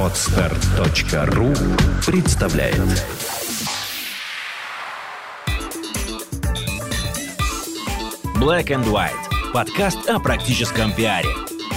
Podster.ru представляет. Black and White. Подкаст о практическом пиаре.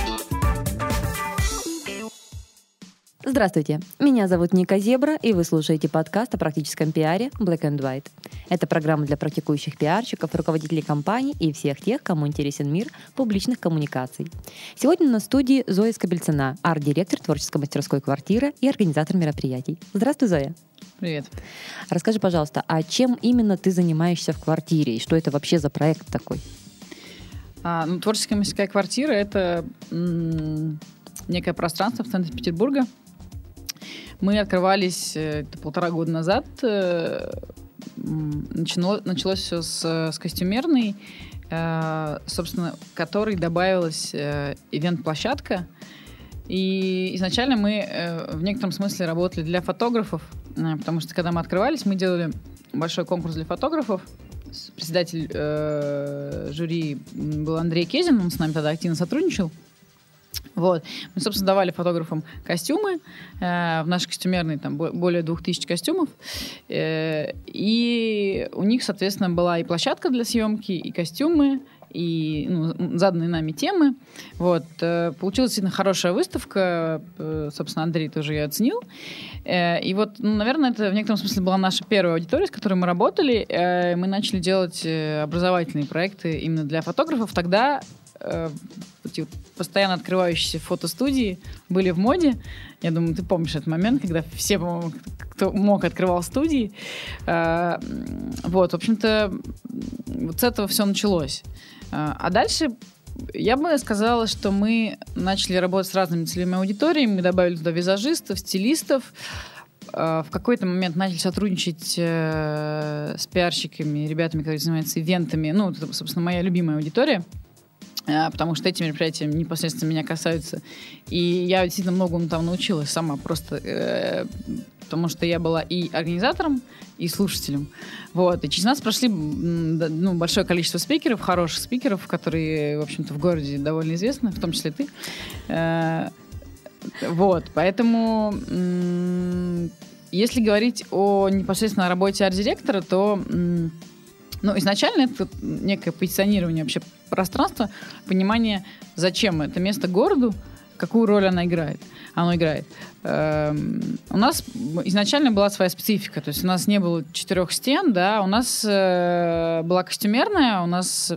Здравствуйте, меня зовут Ника Зебра, и вы слушаете подкаст о практическом пиаре Black and White. Это программа для практикующих пиарщиков, руководителей компаний и всех тех, кому интересен мир публичных коммуникаций. Сегодня на студии Зоя Скобельцина, арт-директор творческой мастерской «Квартира» и организатор мероприятий. Здравствуй, Зоя. Привет. Расскажи, пожалуйста, а чем именно ты занимаешься в «Квартире» и что это вообще за проект такой? Творческая мастерская «Квартира» — это некое пространство в центре Петербурга. Мы открывались 1,5 года назад. Началось все с костюмерной, собственно, которой добавилась ивент-площадка. И изначально мы в некотором смысле работали для фотографов, потому что когда мы открывались, мы делали большой конкурс для фотографов. Председатель жюри был Андрей Кезин, он с нами тогда активно сотрудничал. Вот. Мы, собственно, давали фотографам костюмы. В нашей костюмерной там более 2000 костюмов. И у них, соответственно, была и площадка для съемки, и костюмы, и заданные нами темы. Вот. Получилась действительно хорошая выставка. Собственно, Андрей тоже ее оценил. И вот, наверное, это в некотором смысле была наша первая аудитория, с которой мы работали. Мы начали делать образовательные проекты именно для фотографов. Тогда эти постоянно открывающиеся фотостудии были в моде. Я думаю, ты помнишь этот момент, когда все, по-моему, кто мог, открывал студии. Вот, в общем-то, вот с этого все началось. А дальше я бы сказала, что мы начали работать с разными целевыми аудиториями. Мы добавили туда визажистов, стилистов. В какой-то момент начали сотрудничать с пиарщиками, ребятами, которые занимаются ивентами. Ну, это, собственно, моя любимая аудитория. Потому что эти мероприятия непосредственно меня касаются. И я действительно многому там научилась сама, просто потому что я была и организатором, и слушателем. Вот. И через нас прошли большое количество спикеров, хороших спикеров, которые, в общем-то, в городе довольно известны, в том числе ты. Вот. Поэтому, если говорить о непосредственно работе арт-директора, то изначально это некое позиционирование вообще пространства, понимание, зачем это место городу, какую роль оно играет. У нас изначально была своя специфика, то есть у нас не было 4 стен, да, у нас была костюмерная, у нас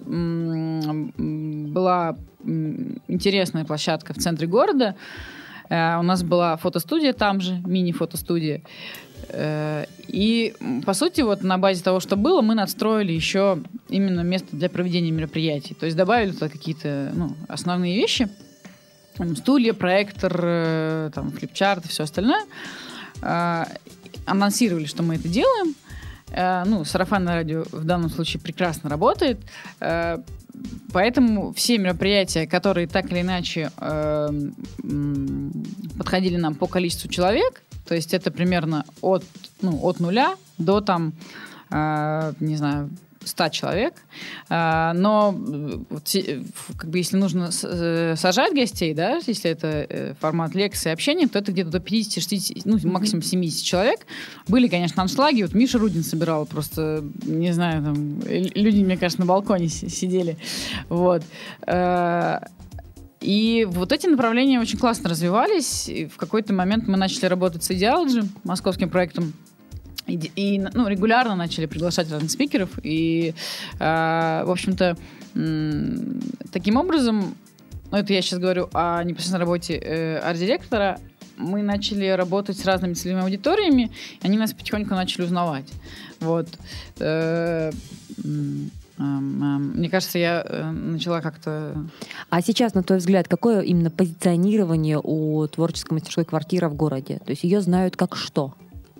была интересная площадка в центре города, у нас была фотостудия там же, мини-фотостудия. И, по сути, вот на базе того, что было, мы надстроили еще именно место для проведения мероприятий. То есть добавили туда какие-то основные вещи. Стулья, проектор, флипчарт и все остальное. Анонсировали, что мы это делаем. Сарафанное радио в данном случае прекрасно работает. Поэтому все мероприятия, которые так или иначе подходили нам по количеству человек, то есть это примерно от 0 до 100 человек. Но если нужно сажать гостей, да, если это формат лекции, общения, то это где-то до 50-60, максимум 70 человек. Были, конечно, аншлаги. Вот Миша Рудин собирал просто, не знаю, там люди, мне кажется, на балконе сидели. Вот. И вот эти направления очень классно развивались. И в какой-то момент мы начали работать с Ideology, московским проектом. И регулярно начали приглашать разных спикеров. И, в общем-то, таким образом, это я сейчас говорю о непосредственно работе арт-директора, мы начали работать с разными целевыми аудиториями, и они нас потихоньку начали узнавать. Вот. Мне кажется, я начала как-то... А сейчас, на твой взгляд, какое именно позиционирование у творческой мастерской «Квартира» в городе? То есть ее знают как что?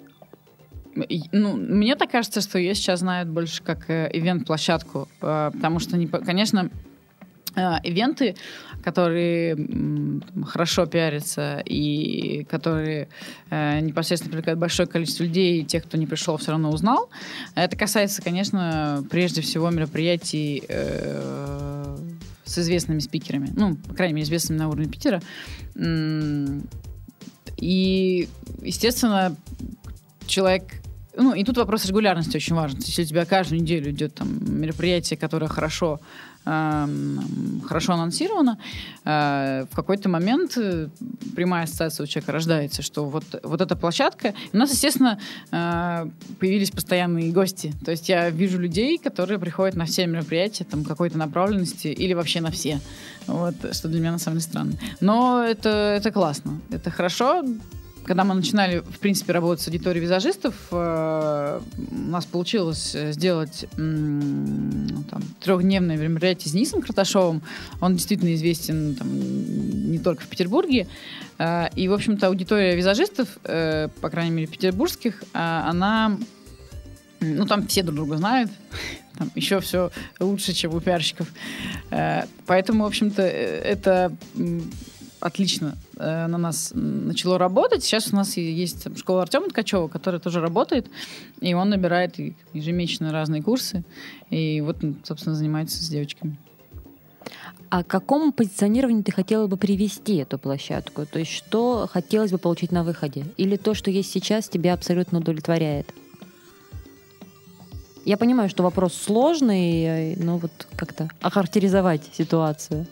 Мне так кажется, что ее сейчас знают больше как ивент-площадку, потому что, конечно, ивенты, которые хорошо пиарятся и которые непосредственно привлекают большое количество людей, и тех, кто не пришел, все равно узнал. Это касается, конечно, прежде всего мероприятий с известными спикерами, по крайней мере, известными на уровне Питера. И, естественно, человек... Ну, и тут вопрос регулярности очень важен. Если у тебя каждую неделю идет там мероприятие, которое хорошо анонсировано, в какой-то момент прямая ассоциация у человека рождается, что вот эта площадка... У нас, естественно, появились постоянные гости. То есть я вижу людей, которые приходят на все мероприятия там, какой-то направленности или вообще на все. Вот, что для меня на самом деле странно. Но это классно. Это хорошо. Когда мы начинали, в принципе, работать с аудиторией визажистов, у нас получилось сделать трехдневное мероприятие с Денисом Карташовым. Он действительно известен не только в Петербурге. И, в общем-то, аудитория визажистов, по крайней мере, петербургских, она... Ну, там все друг друга знают. Там еще все лучше, чем у пиарщиков. Поэтому, в общем-то, это... отлично на нас начало работать. Сейчас у нас есть школа Артема Ткачева, которая тоже работает, и он набирает ежемесячно разные курсы, и вот, собственно, занимается с девочками. А к какому позиционированию ты хотела бы привести эту площадку? То есть что хотелось бы получить на выходе? Или то, что есть сейчас, тебя абсолютно удовлетворяет? Я понимаю, что вопрос сложный, но вот как-то охарактеризовать ситуацию.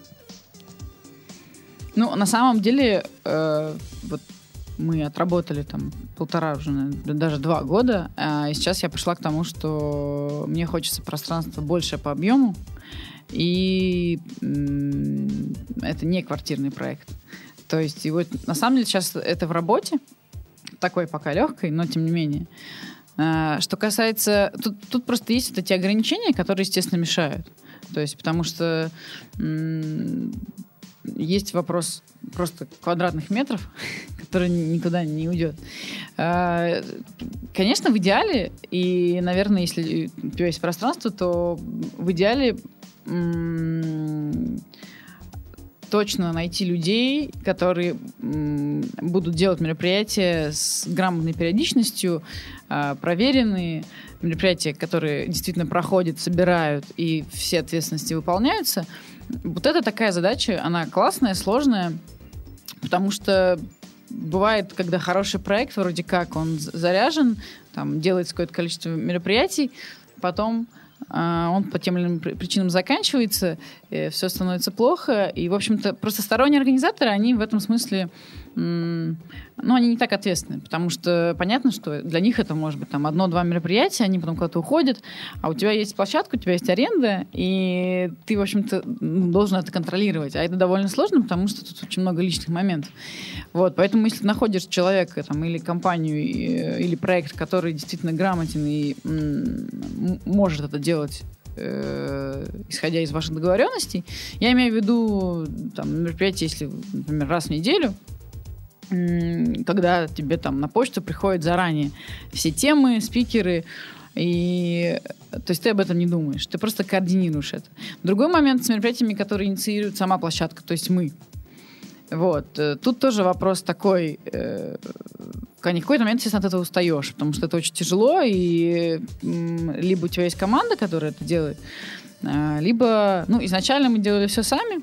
Ну, на самом деле, вот мы отработали там 1,5, уже, даже 2 года, и сейчас я пришла к тому, что мне хочется пространства больше по объему, и это не квартирный проект. То есть, и вот на самом деле сейчас это в работе, такой пока легкой, но тем не менее. Что касается... Тут просто есть вот эти ограничения, которые, естественно, мешают. То есть, потому что... Есть вопрос просто квадратных метров, который никуда не уйдет. Конечно, в идеале, и, наверное, если у тебя есть пространство, то в идеале точно найти людей, которые будут делать мероприятия с грамотной периодичностью, проверенные мероприятия, которые действительно проходят, собирают и все ответственности выполняются. Вот это такая задача, она классная, сложная, потому что бывает, когда хороший проект, вроде как он заряжен, там делается какое-то количество мероприятий, потом он по тем или иным причинам заканчивается, все становится плохо, и, в общем-то, просто сторонние организаторы, они в этом смысле, они не так ответственны, потому что понятно, что для них это может быть там 1-2 мероприятия, они потом куда-то уходят, а у тебя есть площадка, у тебя есть аренда, и ты, в общем-то, должен это контролировать, а это довольно сложно, потому что тут очень много личных моментов. Вот, поэтому если ты находишь человека там, или компанию, или проект, который действительно грамотен и может это делать, исходя из ваших договоренностей, я имею в виду там, мероприятие, если, например, раз в неделю, когда тебе там на почту приходят заранее все темы, спикеры, и то есть ты об этом не думаешь, ты просто координируешь это. Другой момент с мероприятиями, которые инициирует сама площадка, то есть мы. Вот. Тут тоже вопрос такой, в какой-то момент, естественно, от этого устаешь, потому что это очень тяжело, и либо у тебя есть команда, которая это делает, либо, изначально мы делали все сами,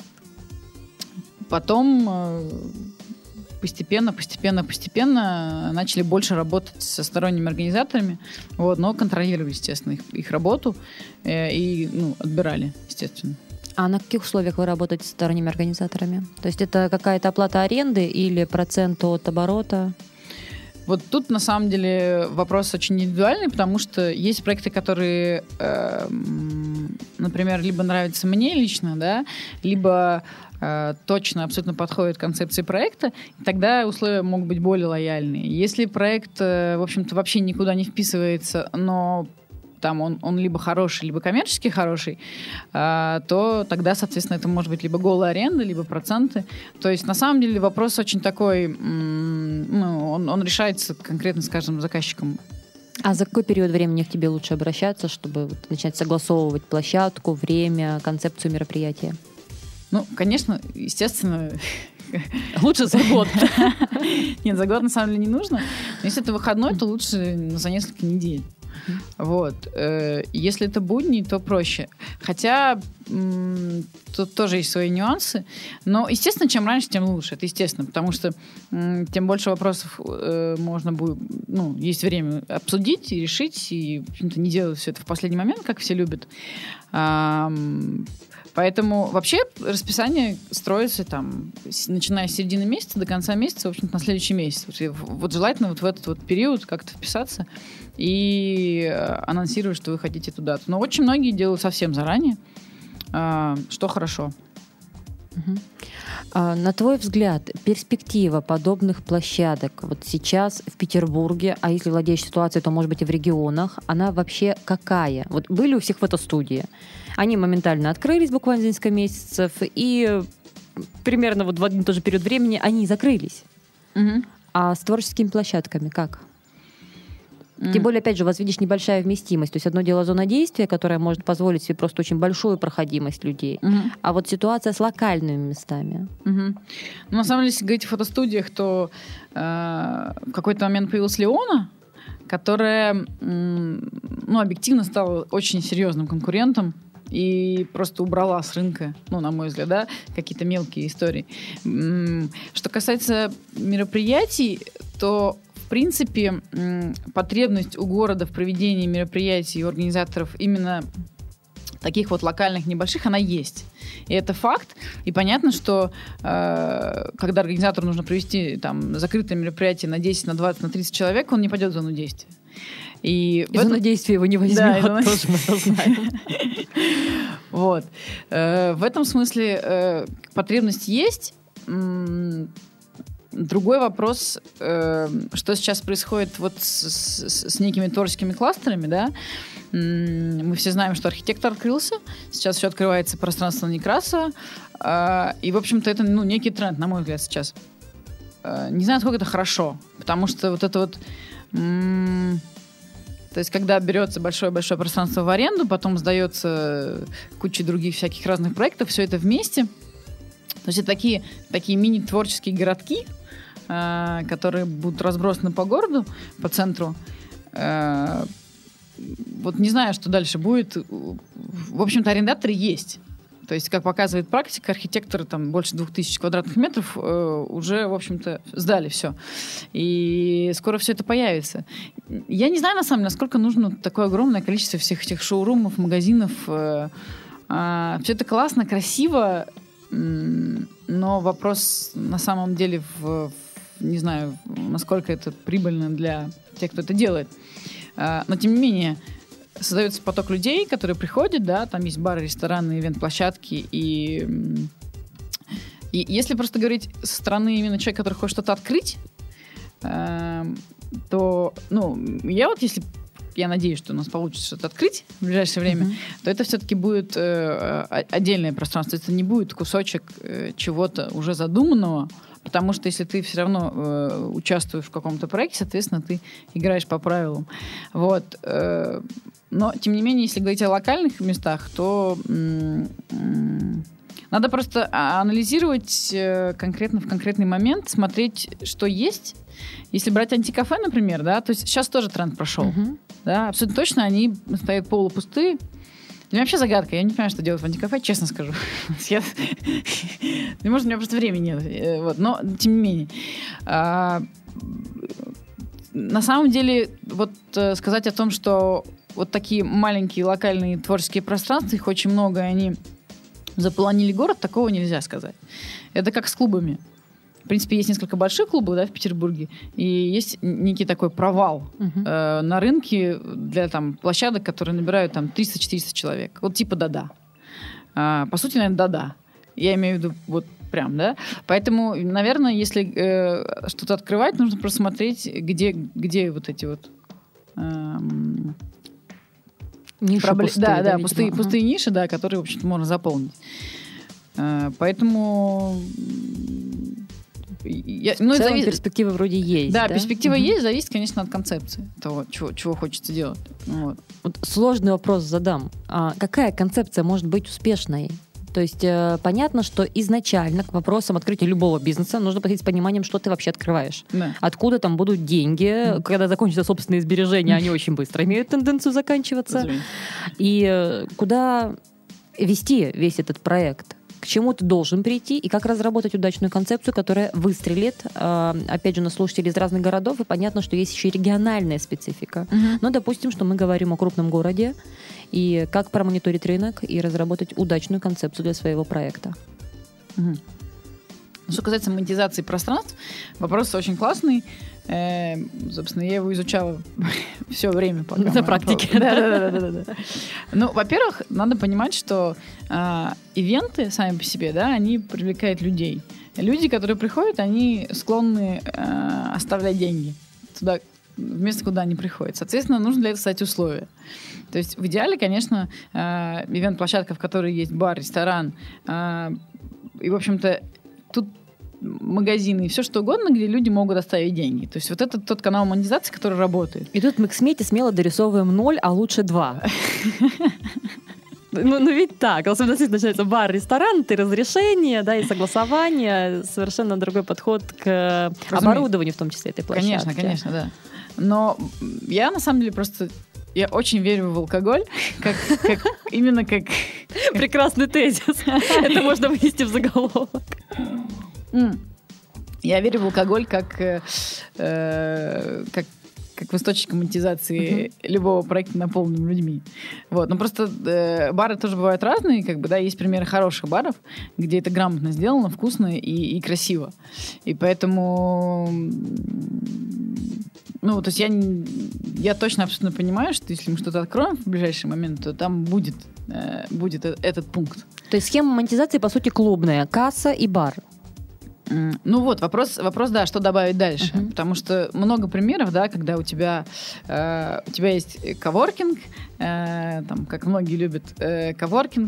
потом постепенно начали больше работать со сторонними организаторами, но контролировали, естественно, их работу и отбирали, естественно. А на каких условиях вы работаете с сторонними организаторами? То есть это какая-то оплата аренды или процент от оборота? Вот тут, на самом деле, вопрос очень индивидуальный, потому что есть проекты, которые, например, либо нравятся мне лично, да, либо точно абсолютно подходят концепции проекта, и тогда условия могут быть более лояльные. Если проект, в общем-то, вообще никуда не вписывается, но там он либо хороший, либо коммерчески хороший, то тогда, соответственно, это может быть либо голая аренда, либо проценты. То есть, на самом деле, вопрос очень такой, он решается конкретно с каждым заказчиком. А за какой период времени к тебе лучше обращаться, чтобы начать согласовывать площадку, время, концепцию мероприятия? Конечно, естественно... Лучше за год. Нет, за год на самом деле не нужно. Но если это выходной, то лучше за несколько недель. Вот. Если это будни, то проще. Хотя тут тоже есть свои нюансы. Но, естественно, чем раньше, тем лучше. Это естественно, потому что тем больше вопросов можно будет, есть время обсудить и решить, и, в общем-то, не делать все это в последний момент, как все любят. Поэтому вообще расписание строится там, начиная с середины месяца до конца месяца, в общем-то, на следующий месяц. Вот желательно вот в этот вот период как-то вписаться и анонсировать, что вы хотите ту дату. Но очень многие делают совсем заранее, что хорошо. На твой взгляд, перспектива подобных площадок вот сейчас в Петербурге, а если владеешь ситуацией, то, может быть, и в регионах, она вообще какая? Вот были у всех фотостудии. Они моментально открылись буквально за несколько месяцев, и примерно вот в один и тот же период времени они закрылись. А с творческими площадками как? Тем более, опять же, у вас, видишь, небольшая вместимость. То есть одно дело зона действия, которая может позволить себе просто очень большую проходимость людей. А вот ситуация с локальными местами. Ну, на самом деле, если говорить о фотостудиях, то в какой-то момент появилась Леона, которая, объективно стала очень серьезным конкурентом и просто убрала с рынка, на мой взгляд, да, какие-то мелкие истории. Что касается мероприятий, то в принципе, потребность у города в проведении мероприятий у организаторов именно таких вот локальных, небольших, она есть. И это факт. И понятно, что когда организатору нужно провести там закрытое мероприятие на 10, на 20, на 30 человек, он не пойдет в зону действия. И зону действия его не возьмет, да, тоже мы это знаем. Вот. В этом смысле потребность есть. Другой вопрос, что сейчас происходит вот с некими творческими кластерами, да. Мы все знаем, что архитектор открылся, сейчас еще открывается пространство Некрасова, и, в общем-то, это некий тренд, на мой взгляд, сейчас. Не знаю, насколько это хорошо, потому что вот это вот... То есть, когда берется большое-большое пространство в аренду, потом сдается куча других всяких разных проектов, все это вместе. То есть, это такие мини-творческие городки, которые будут разбросаны по городу, по центру. Вот не знаю, что дальше будет. В общем-то, арендаторы есть. То есть, как показывает практика, архитекторы там больше 2000 квадратных метров уже, в общем-то, сдали все. И скоро все это появится. Я не знаю, на самом деле, насколько нужно такое огромное количество всех этих шоурумов, магазинов. Все это классно, красиво, но вопрос на самом деле не знаю, насколько это прибыльно для тех, кто это делает. Но, тем не менее, создается поток людей, которые приходят, да, там есть бары, рестораны, ивент-площадки, и если просто говорить со стороны именно человека, который хочет что-то открыть, то, я надеюсь, что у нас получится что-то открыть в ближайшее время, то это все-таки будет отдельное пространство. Это не будет кусочек чего-то уже задуманного, потому что если ты все равно участвуешь в каком-то проекте, соответственно, ты играешь по правилам. Вот. Но, тем не менее, если говорить о локальных местах, то надо просто анализировать конкретно в конкретный момент, смотреть, что есть. Если брать антикафе, например, да, то есть сейчас тоже тренд прошел. Да, абсолютно точно они стоят полупустые. Для меня вообще загадка. Я не понимаю, что делать в антикафе, честно скажу. Может, у меня просто времени нет. Вот. Но, тем не менее. На самом деле, вот сказать о том, что вот такие маленькие локальные творческие пространства, их очень много, и они заполонили город, такого нельзя сказать. Это как с клубами. В принципе, есть несколько больших клубов, да, в Петербурге, и есть некий такой провал на рынке для там, площадок, которые набирают там 300-400 человек. Вот типа «Да-да». По сути, наверное, «Да-да». Я имею в виду вот прям, да. Поэтому, наверное, если что-то открывать, нужно просто смотреть, где вот эти вот... Ниши пустые. Пустые ниши, да, которые, в общем-то, можно заполнить. Поэтому... В целом перспектива вроде есть. Да, перспектива есть, зависит, конечно, от концепции того, чего хочется делать. Вот. Вот сложный вопрос задам. Какая концепция может быть успешной? То есть понятно, что изначально к вопросам открытия любого бизнеса нужно подходить с пониманием, что ты вообще открываешь. Да. Откуда там будут деньги, когда закончатся собственные сбережения, они очень быстро имеют тенденцию заканчиваться. И куда вести весь этот проект? К чему ты должен прийти и как разработать удачную концепцию, которая выстрелит? Опять же, у нас слушатели из разных городов, и понятно, что есть еще и региональная специфика. Но допустим, что мы говорим о крупном городе, и как промониторить рынок и разработать удачную концепцию для своего проекта. Что касается монетизации пространств, вопрос очень классный. Собственно, я его изучала все время. На практике. Да. Ну, во-первых, надо понимать, что ивенты сами по себе, да, они привлекают людей. Люди, которые приходят, они склонны оставлять деньги туда, в место, куда они приходят. Соответственно, нужно для этого создать условия. То есть в идеале, конечно, ивент-площадка, в которой есть бар, ресторан, и, в общем-то, тут магазины и все что угодно, где люди могут оставить деньги. То есть вот это тот канал монетизации, который работает. И тут мы к смете смело дорисовываем 0, а лучше 2. Ну ведь так. Особенно если начинается бар, ресторан, ты разрешение, да, и согласование. Совершенно другой подход к оборудованию, в том числе, этой площадки. Конечно, да. Но я, на самом деле, просто... Я очень верю в алкоголь, именно как... Прекрасный тезис. Это можно вынести в заголовок. Я верю в алкоголь как в источник монетизации любого проекта, наполненным людьми. Вот. Но просто бары тоже бывают разные, как бы, да, есть примеры хороших баров, где это грамотно сделано, вкусно и красиво. И поэтому... Ну, то есть я точно абсолютно понимаю, что если мы что-то откроем в ближайший момент, то там будет этот пункт. То есть схема монетизации, по сути, клубная. Касса и бар. Ну вот, вопрос, да, что добавить дальше. Потому что много примеров, да, когда у тебя есть коворкинг, там, как многие любят, коворкинг,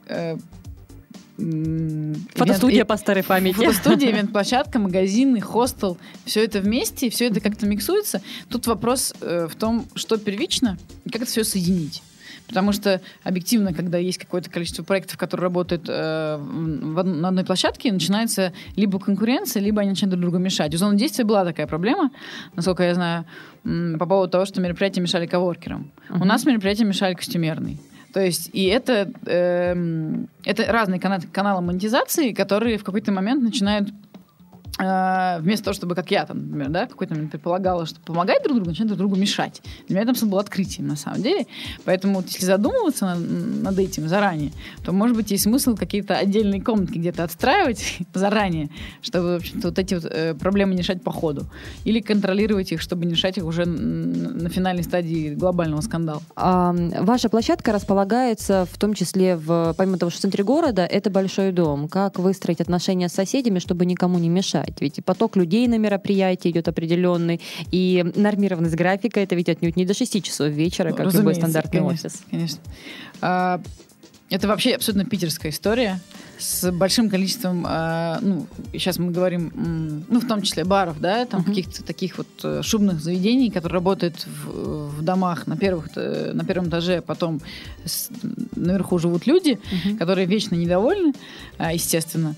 фотостудия по старой памяти. Фотостудия, ивент-площадка, магазины, хостел. Все это вместе, все это как-то миксуется. Тут вопрос в том, что первично, и как это все соединить. Потому что объективно, когда есть какое-то количество проектов, которые работают на одной площадке, начинается либо конкуренция, либо они начинают друг другу мешать. У «Зоны действия» была такая проблема, насколько я знаю, по поводу того, что мероприятия мешали коворкерам. У нас мероприятия мешали костюмерной. То есть, и это разные каналы монетизации, которые в какой-то момент начинают вместо того, чтобы, как я там, например, да, в какой-то момент предполагала, что помогать друг другу, начинают друг другу мешать. Для меня это было открытием, на самом деле. Поэтому, вот, если задумываться над этим заранее, то, может быть, есть смысл какие-то отдельные комнатки где-то отстраивать заранее, чтобы, в общем-то, вот эти вот проблемы не решать по ходу. Или контролировать их, чтобы не решать их уже на финальной стадии глобального скандала. Ваша площадка располагается, в том числе, помимо того, что в центре города, это большой дом. Как выстроить отношения с соседями, чтобы никому не мешать? Ведь и поток людей на мероприятии идет определенный, и нормированность графика — это ведь отнюдь не до 6 часов вечера, как любой стандартный офис. Конечно. Это вообще абсолютно питерская история с большим количеством, сейчас мы говорим, в том числе баров, да, там каких-то таких вот шумных заведений, которые работают в домах на первом этаже, потом наверху живут люди, которые вечно недовольны, естественно.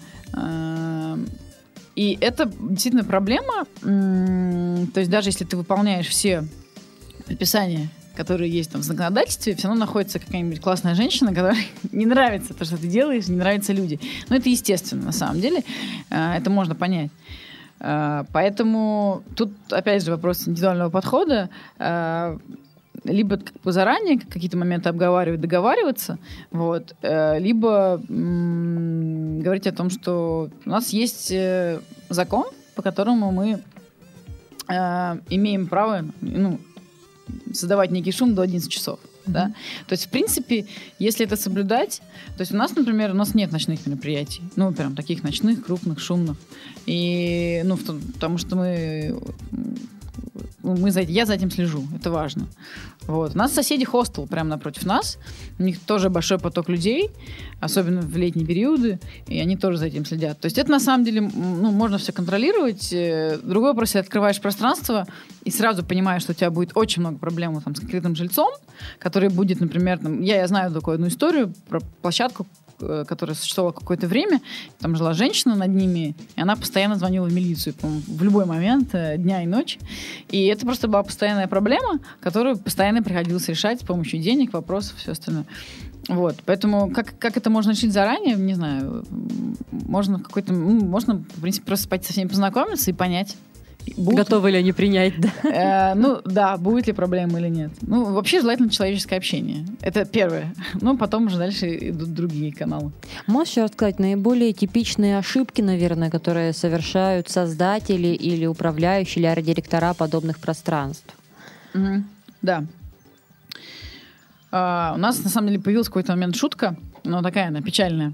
И это действительно проблема. То есть даже если ты выполняешь все предписания, которые есть там в законодательстве, все равно находится какая-нибудь классная женщина, которой не нравится то, что ты делаешь, не нравятся люди. Но это естественно, на самом деле. Это можно понять. Поэтому тут, опять же, вопрос индивидуального подхода. Либо как бы заранее какие-то моменты обговаривать, договариваться, вот, либо говорить о том, что у нас есть закон, по которому мы имеем право создавать некий шум до 11 часов. Да? То есть, в принципе, если это соблюдать, то есть у нас, например, нет ночных мероприятий, прям таких ночных, крупных, шумных. И, потому что я за этим слежу, это важно. Вот. У нас соседи хостел прямо напротив нас. У них тоже большой поток людей, особенно в летние периоды, и они тоже за этим следят. То есть это на самом деле можно все контролировать. Другой вопрос, если открываешь пространство и сразу понимаешь, что у тебя будет очень много проблем с конкретным жильцом, который будет, например, я знаю такую одну историю про площадку, которая существовала какое-то время. Там жила женщина над ними, и она постоянно звонила в милицию, в любой момент, дня и ночи. И это просто была постоянная проблема, которую постоянно приходилось решать с помощью денег, вопросов, все остальное. Вот, поэтому как это можно решить заранее, не знаю, можно в принципе, просто пойти со всеми познакомиться и понять. Готовы ли они принять, да? Ну, да, будет ли проблема или нет. Ну, вообще желательно человеческое общение. Это первое. Ну, потом уже дальше идут другие каналы. Можешь рассказать наиболее типичные ошибки, наверное, которые совершают создатели или управляющие, или арт-директора подобных пространств? Да. У нас, на самом деле, появилась в какой-то момент шутка, но такая она печальная,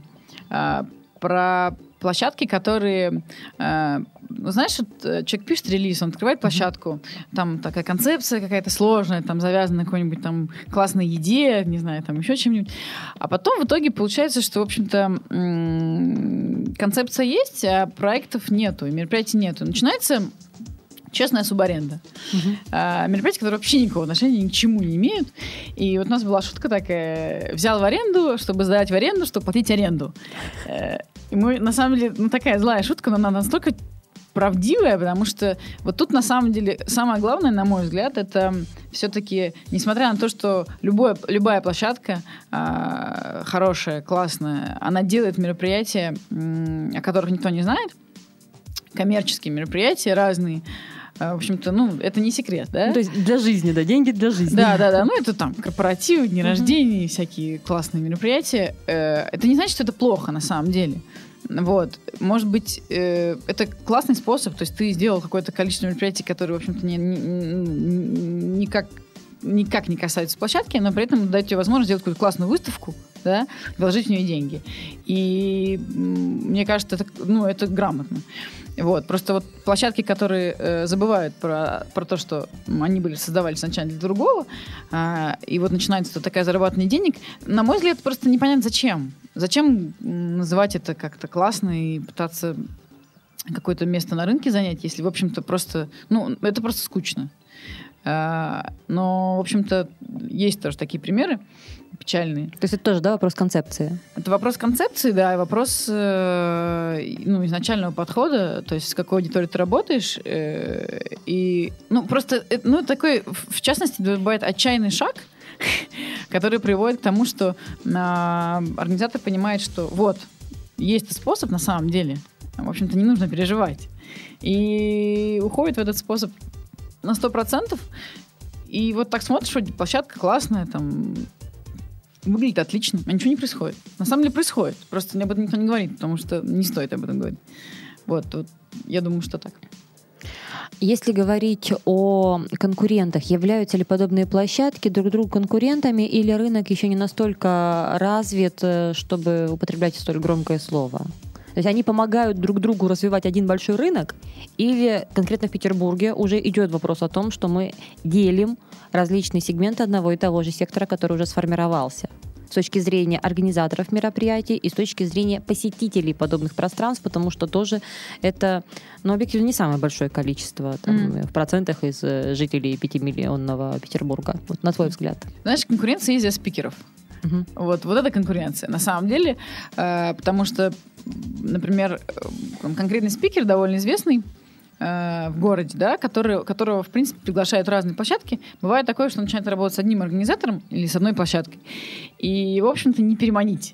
про площадки, которые... Знаешь, вот человек пишет релиз, он открывает площадку, там такая концепция какая-то сложная, там завязана на какой-нибудь там классной еде, не знаю, там еще чем-нибудь. А потом в итоге получается, что, в общем-то, концепция есть, а проектов нету, и мероприятий нету. Начинается честная субаренда. Мероприятия, которые вообще никакого отношения ни к чему не имеют. И вот у нас была шутка такая: взял в аренду, чтобы сдать в аренду, чтобы платить аренду. И мы, на самом деле, такая злая шутка, но она настолько правдивая, потому что вот тут, на самом деле, самое главное, на мой взгляд, это все-таки, несмотря на то, что любая площадка хорошая, классная, она делает мероприятия, о которых никто не знает, коммерческие мероприятия разные. В общем-то, это не секрет, да? Ну, то есть для жизни, да, деньги для жизни. Да. Ну, это там корпоративы, дни рождения, всякие классные мероприятия. Это не значит, что это плохо на самом деле. Вот. Может быть, это классный способ. То есть ты сделал какое-то количество мероприятий, которые, в общем-то, никак не касаются площадки, но при этом дать тебе возможность сделать какую-то классную выставку, да, вложить в нее деньги. И мне кажется, это грамотно. Вот. Просто вот площадки, которые забывают про то, что они создавались сначала для другого, и вот начинается такая зарабатывание денег, на мой взгляд, просто непонятно зачем. Зачем называть это как-то классно и пытаться какое-то место на рынке занять, если, в общем-то, просто... это просто скучно. Но, в общем-то, есть тоже такие примеры печальные. То есть это тоже, да, вопрос концепции? Это вопрос концепции, да, и вопрос изначального подхода, то есть с какой аудиторией ты работаешь. И, просто, такой, в частности, бывает отчаянный шаг, который приводит к тому, что организатор понимает, что вот, есть способ на самом деле, в общем-то, не нужно переживать. И уходит в этот способ на 100%. И вот так смотришь, вроде площадка классная, там выглядит отлично, а ничего не происходит. На самом деле происходит. Просто об этом никто не говорит, потому что не стоит об этом говорить. Вот я думаю, что так. Если говорить о конкурентах, являются ли подобные площадки друг другу конкурентами, или рынок еще не настолько развит, чтобы употреблять столь громкое слово? То есть они помогают друг другу развивать один большой рынок, или конкретно в Петербурге уже идет вопрос о том, что мы делим различные сегменты одного и того же сектора, который уже сформировался с точки зрения организаторов мероприятий и с точки зрения посетителей подобных пространств, потому что тоже это, объективно, не самое большое количество в процентах из жителей 5-миллионного Петербурга. Вот на твой взгляд. Знаешь, конкуренция есть за спикеров. Вот это конкуренция, на самом деле, потому что, например, конкретный спикер довольно известный в городе, да, которого, в принципе, приглашают разные площадки. Бывает такое, что он начинает работать с одним организатором или с одной площадкой, и, в общем-то, не переманить.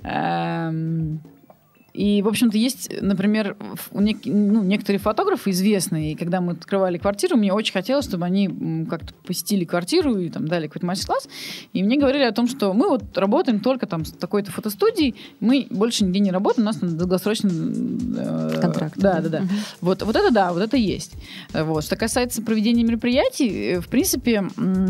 И, в общем-то, есть, например, некоторые фотографы известные, и когда мы открывали квартиру, мне очень хотелось, чтобы они как-то посетили квартиру и там дали какой-то мастер-класс, и мне говорили о том, что мы вот работаем только там с такой-то фотостудией, мы больше нигде не работаем, у нас долгосрочный контракт. Да. Вот это есть. Вот. Что касается проведения мероприятий, в принципе,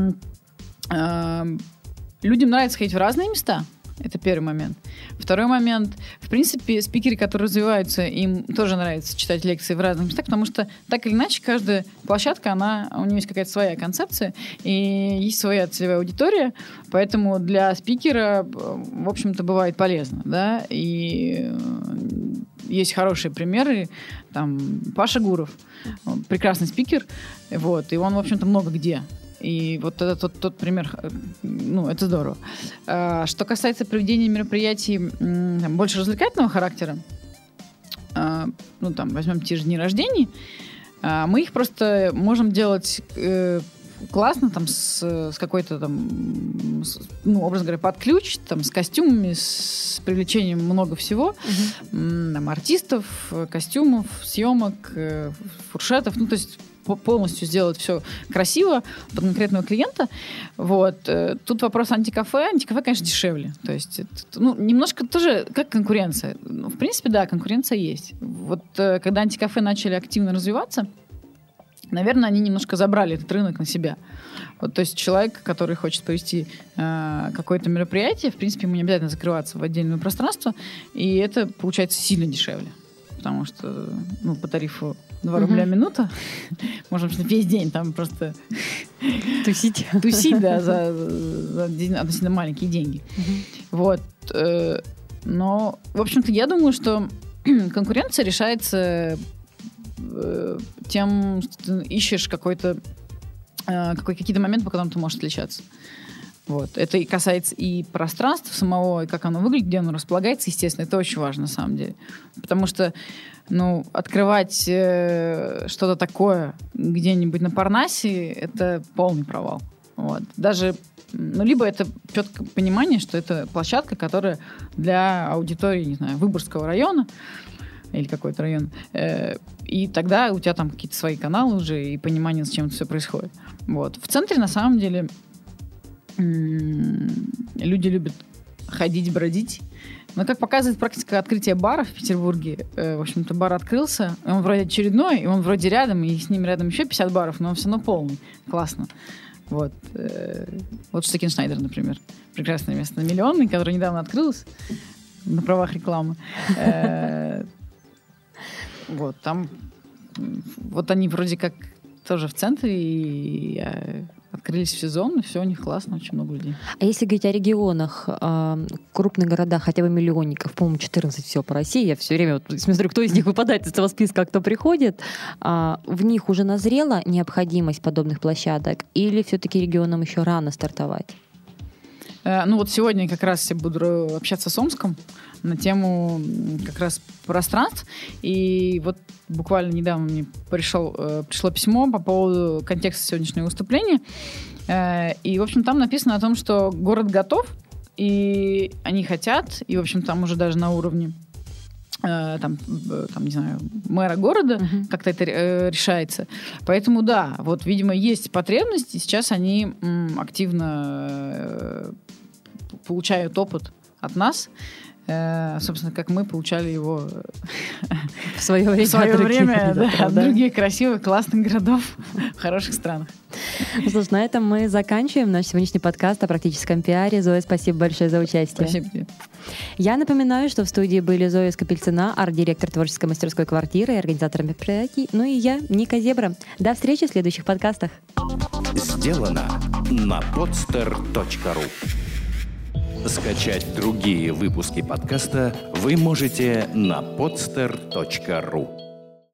людям нравится ходить в разные места. Это первый момент. Второй момент. В принципе, спикеры, которые развиваются, им тоже нравится читать лекции в разных местах, потому что так или иначе каждая площадка, у нее есть какая-то своя концепция и есть своя целевая аудитория, поэтому для спикера, в общем-то, бывает полезно, да, и есть хорошие примеры, там, Паша Гуров, прекрасный спикер, вот, и он, в общем-то, много где. И вот это тот пример, это здорово. Что касается проведения мероприятий больше развлекательного характера, возьмем те же дни рождения, мы их просто можем делать классно, там, с какой-то там, образно говоря, под ключ, там, с костюмами, с привлечением много всего, там, артистов, костюмов, съемок, фуршетов, то есть полностью сделать все красиво под конкретного клиента. Вот. Тут вопрос антикафе. Антикафе, конечно, дешевле. То есть, немножко тоже как конкуренция. В принципе, да, конкуренция есть. Вот когда антикафе начали активно развиваться, наверное, они немножко забрали этот рынок на себя. Вот, то есть человек, который хочет провести какое-то мероприятие, в принципе, ему не обязательно закрываться в отдельное пространство, и это получается сильно дешевле. Потому что по тарифу 2 рубля минута можно весь день там просто тусить, да, за относительно маленькие деньги. Вот. Но, в общем-то, я думаю, что конкуренция решается тем, что ты ищешь какие-то моменты, по которым ты можешь отличаться. Вот. Это и касается и пространства самого, и как оно выглядит, где оно располагается, естественно. Это очень важно, на самом деле. Потому что, открывать что-то такое где-нибудь на Парнасе — это полный провал. Вот. Даже, либо это четкое понимание, что это площадка, которая для аудитории, не знаю, Выборгского района или какой-то район. И тогда у тебя там какие-то свои каналы уже и понимание, с чем это все происходит. Вот. В центре, на самом деле, люди любят ходить, бродить. Но, как показывает практика открытия бара в Петербурге, в общем-то, бар открылся, он вроде очередной, и он вроде рядом, и с ним рядом еще 50 баров, но он все равно полный. Классно. Вот. Вот Штекеншнайдер, например. Прекрасное место на Миллионной, которое недавно открылось на правах рекламы. Вот. Там вот они вроде как тоже в центре, и открылись в сезон, и все у них классно, очень много людей. А если говорить о регионах, крупных городах, хотя бы миллионников, по-моему, 14 всего по России, я все время смотрю, кто из них выпадает из этого списка, кто приходит, в них уже назрела необходимость подобных площадок, или все-таки регионам еще рано стартовать? Сегодня как раз я буду общаться с Омском на тему как раз пространств. И вот буквально недавно мне пришло письмо по поводу контекста сегодняшнего выступления. И, в общем, там написано о том, что город готов, и они хотят, и, в общем, там уже даже на уровне не знаю, мэра города как-то это решается. Поэтому, да, вот, видимо, есть потребность, и сейчас они активно получают опыт от нас, собственно, как мы получали его в свое время от других красивых, классных городов в хороших странах. Слушай, на этом мы заканчиваем наш сегодняшний подкаст о практическом пиаре. Зоя, спасибо большое за участие. Спасибо тебе. Я напоминаю, что в студии были Зоя Скопельцина, арт-директор творческой мастерской «Квартиры» и организатор мероприятий, и я, Ника Зебра. До встречи в следующих подкастах. Сделано на podster.ru. Скачать другие выпуски подкаста вы можете на podster.ru.